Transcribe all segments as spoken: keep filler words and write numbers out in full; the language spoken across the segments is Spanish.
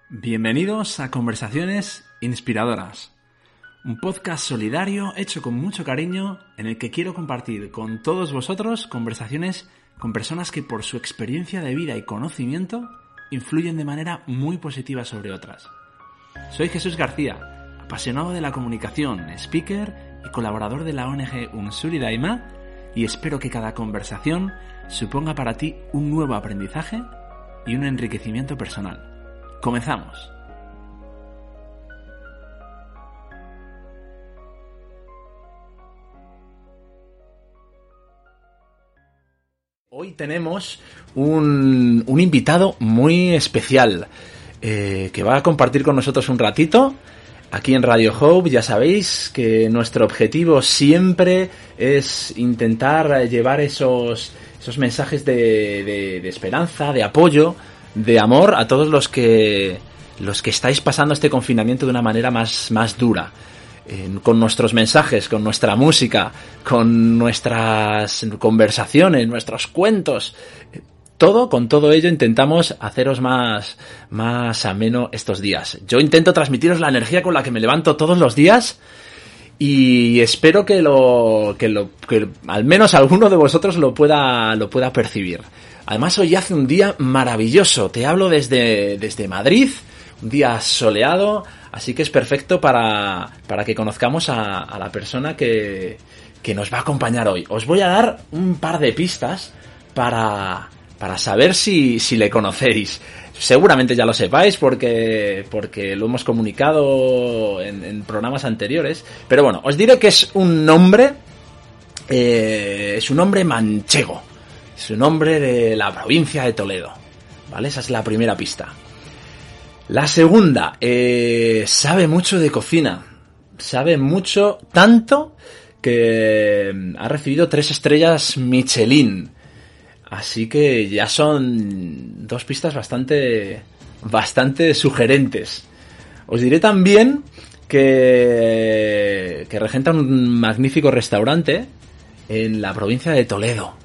Bienvenidos a Conversaciones Inspiradoras, un podcast solidario hecho con mucho cariño en el que quiero compartir con todos vosotros conversaciones con personas que por su experiencia de vida y conocimiento influyen de manera muy positiva sobre otras. Soy Jesús García, apasionado de la comunicación, speaker y colaborador de la O N G Unsuri Daima, y espero que cada conversación suponga para ti un nuevo aprendizaje y un enriquecimiento personal. ¡Comenzamos! Hoy tenemos un, un invitado muy especial eh, que va a compartir con nosotros un ratito aquí en Radio Hope. Ya sabéis que nuestro objetivo siempre es intentar llevar esos, esos mensajes de, de, de esperanza, de apoyo, de amor a todos los que los que estáis pasando este confinamiento de una manera más, más dura. Eh, con nuestros mensajes, con nuestra música, con nuestras conversaciones, nuestros cuentos, eh, todo, con todo ello intentamos haceros más, más ameno estos días. Yo intento transmitiros la energía con la que me levanto todos los días y espero que lo, que lo, que al menos alguno de vosotros lo pueda, lo pueda percibir. Además, hoy hace un día maravilloso. Te hablo desde, desde Madrid, un día soleado, así que es perfecto para, para que conozcamos a, a la persona que, que nos va a acompañar hoy. Os voy a dar un par de pistas para, para saber si, si le conocéis. Seguramente ya lo sepáis porque, porque lo hemos comunicado en, en programas anteriores. Pero bueno, os diré que es un nombre, eh, es un nombre manchego. Es un hombre de la provincia de Toledo, ¿vale? Esa es la primera pista. La segunda, eh, sabe mucho de cocina. Sabe mucho, tanto que ha recibido tres estrellas Michelin. Así que ya son dos pistas bastante, bastante sugerentes. Os diré también que, que regenta un magnífico restaurante en la provincia de Toledo.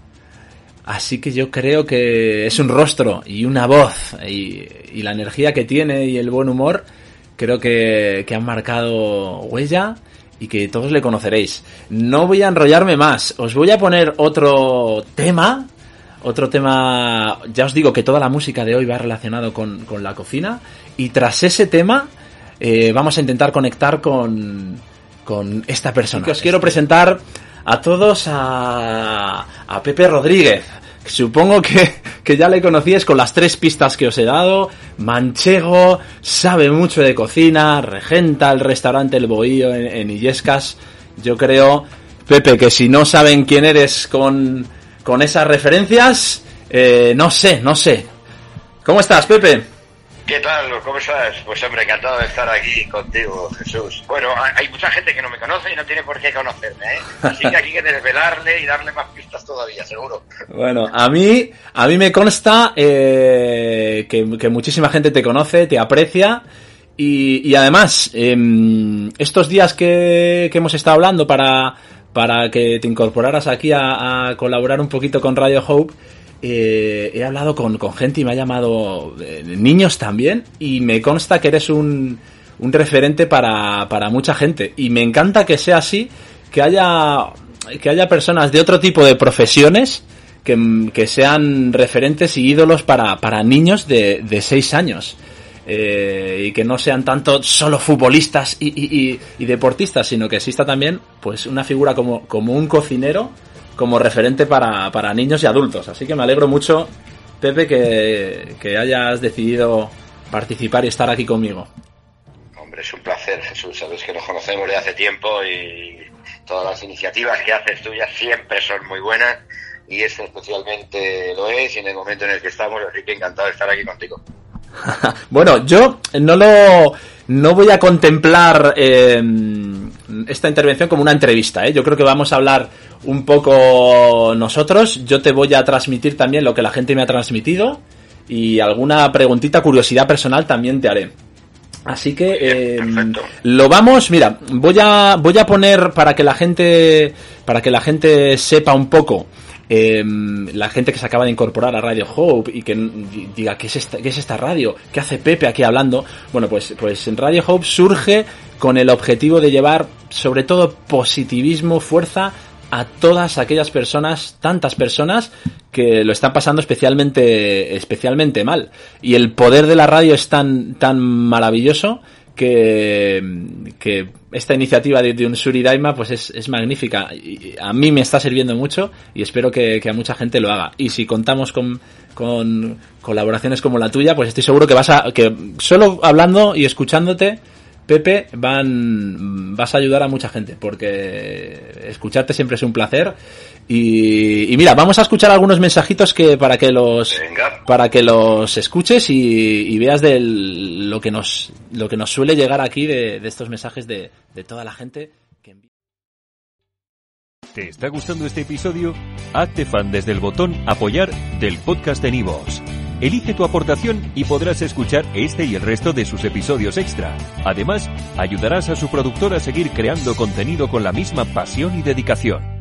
Así que yo creo que es un rostro y una voz y, y la energía que tiene y el buen humor, creo que, que han marcado huella y que todos le conoceréis. No voy a enrollarme más, os voy a poner otro tema, otro tema, ya os digo que toda la música de hoy va relacionado con, con la cocina, y tras ese tema eh, vamos a intentar conectar con, con esta persona. Que os quiero presentar a todos a, a Pepe Rodríguez. Supongo que, que ya le conocíais con las tres pistas que os he dado. Manchego, sabe mucho de cocina, regenta el restaurante El Bohío en, en Illescas. Yo creo, Pepe, que si no saben quién eres con, con esas referencias, eh, no sé, no sé. ¿Cómo estás, Pepe? ¿Qué tal? ¿Cómo estás? Pues hombre, encantado de estar aquí contigo, Jesús. Bueno, hay mucha gente que no me conoce y no tiene por qué conocerme, ¿eh? Así que aquí hay que desvelarle y darle más pistas todavía, seguro. Bueno, a mí, a mí me consta eh, que, que muchísima gente te conoce, te aprecia y, y además, eh, estos días que, que hemos estado hablando para, para que te incorporaras aquí a, a colaborar un poquito con Radio Hope, Eh, he hablado con, con gente y me ha llamado eh, niños también, y me consta que eres un, un referente para, para mucha gente, y me encanta que sea así, que haya que haya personas de otro tipo de profesiones que, que sean referentes y ídolos para, para niños de, de seis años, eh, y que no sean tanto solo futbolistas y, y, y, y deportistas, sino que exista también pues una figura como, como un cocinero como referente para, para niños y adultos. Así que me alegro mucho, Pepe, que, que hayas decidido participar y estar aquí conmigo. Hombre, es un placer, Jesús. Sabes que nos conocemos de hace tiempo y todas las iniciativas que haces tuyas siempre son muy buenas, y esta especialmente lo es, y en el momento en el que estamos, así que encantado de estar aquí contigo. Bueno, yo no lo no voy a contemplar eh, esta intervención como una entrevista, ¿eh? Yo creo que vamos a hablar un poco nosotros. Yo te voy a transmitir también lo que la gente me ha transmitido, y alguna preguntita, curiosidad personal también te haré. Así que eh, lo vamos, mira, voy a voy a poner para que la gente para que la gente sepa un poco eh, la gente que se acaba de incorporar a Radio Hope y que diga, ¿qué es esta, qué es esta radio? ¿Qué hace Pepe aquí hablando? Bueno, pues, pues en Radio Hope surge con el objetivo de llevar sobre todo positivismo, fuerza a todas aquellas personas, tantas personas que lo están pasando especialmente especialmente mal. Y el poder de la radio es tan tan maravilloso que, que esta iniciativa de, de Unsuri Daima pues es, es magnífica. Y a mí me está sirviendo mucho y espero que, que a mucha gente lo haga. Y si contamos con, con colaboraciones como la tuya, pues estoy seguro que vas a que solo hablando y escuchándote, Pepe, van vas a ayudar a mucha gente, porque escucharte siempre es un placer. Y, y mira, vamos a escuchar algunos mensajitos que para que los Venga. para que los escuches y, y veas de lo que nos lo que nos suele llegar aquí de, de estos mensajes de, de toda la gente que envía. ¿Te está gustando este episodio? Hazte fan desde el botón Apoyar del podcast de Nivos. Elige tu aportación y podrás escuchar este y el resto de sus episodios extra. Además, ayudarás a su productor a seguir creando contenido con la misma pasión y dedicación.